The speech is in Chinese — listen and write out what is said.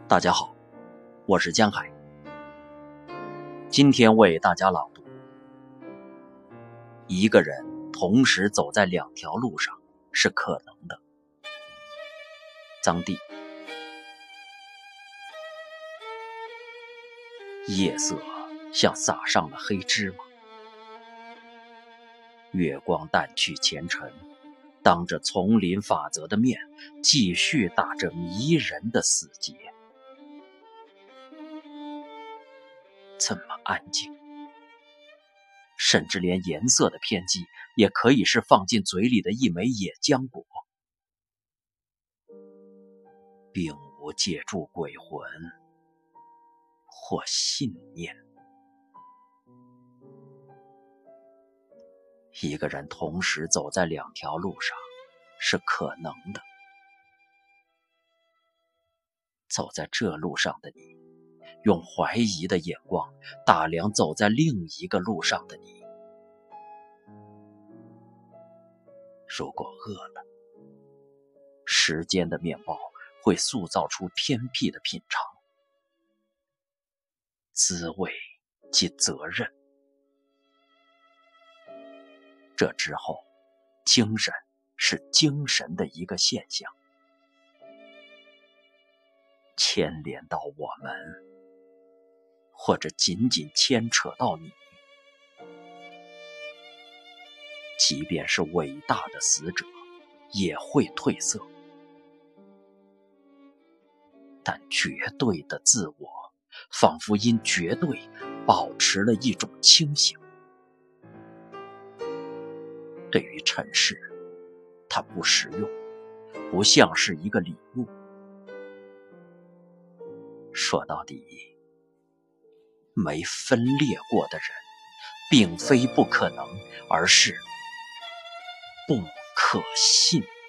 大家好，我是江海，今天为大家朗读。一个人同时走在两条路上是可能的。臧地。夜色像撒上了黑芝麻，月光淡去前尘，当着丛林法则的面，继续打着迷人的死结。这么安静，甚至连颜色的偏激也可以是放进嘴里的一枚野浆果，并无借助鬼魂或信念。一个人同时走在两条路上是可能的。走在这路上的你，用怀疑的眼光打量走在另一个路上的你。如果饿了，时间的面包会塑造出偏僻的品尝。滋味即责任。这之后，精神是精神的一个现象，牵连到我们，或者仅仅牵扯到你。即便是伟大的死者也会褪色，但绝对的自我仿佛因绝对保持了一种清醒。对于尘世，它不实用，不像是一个礼物。说到底，没分裂过的人并非不可能，而是不可信。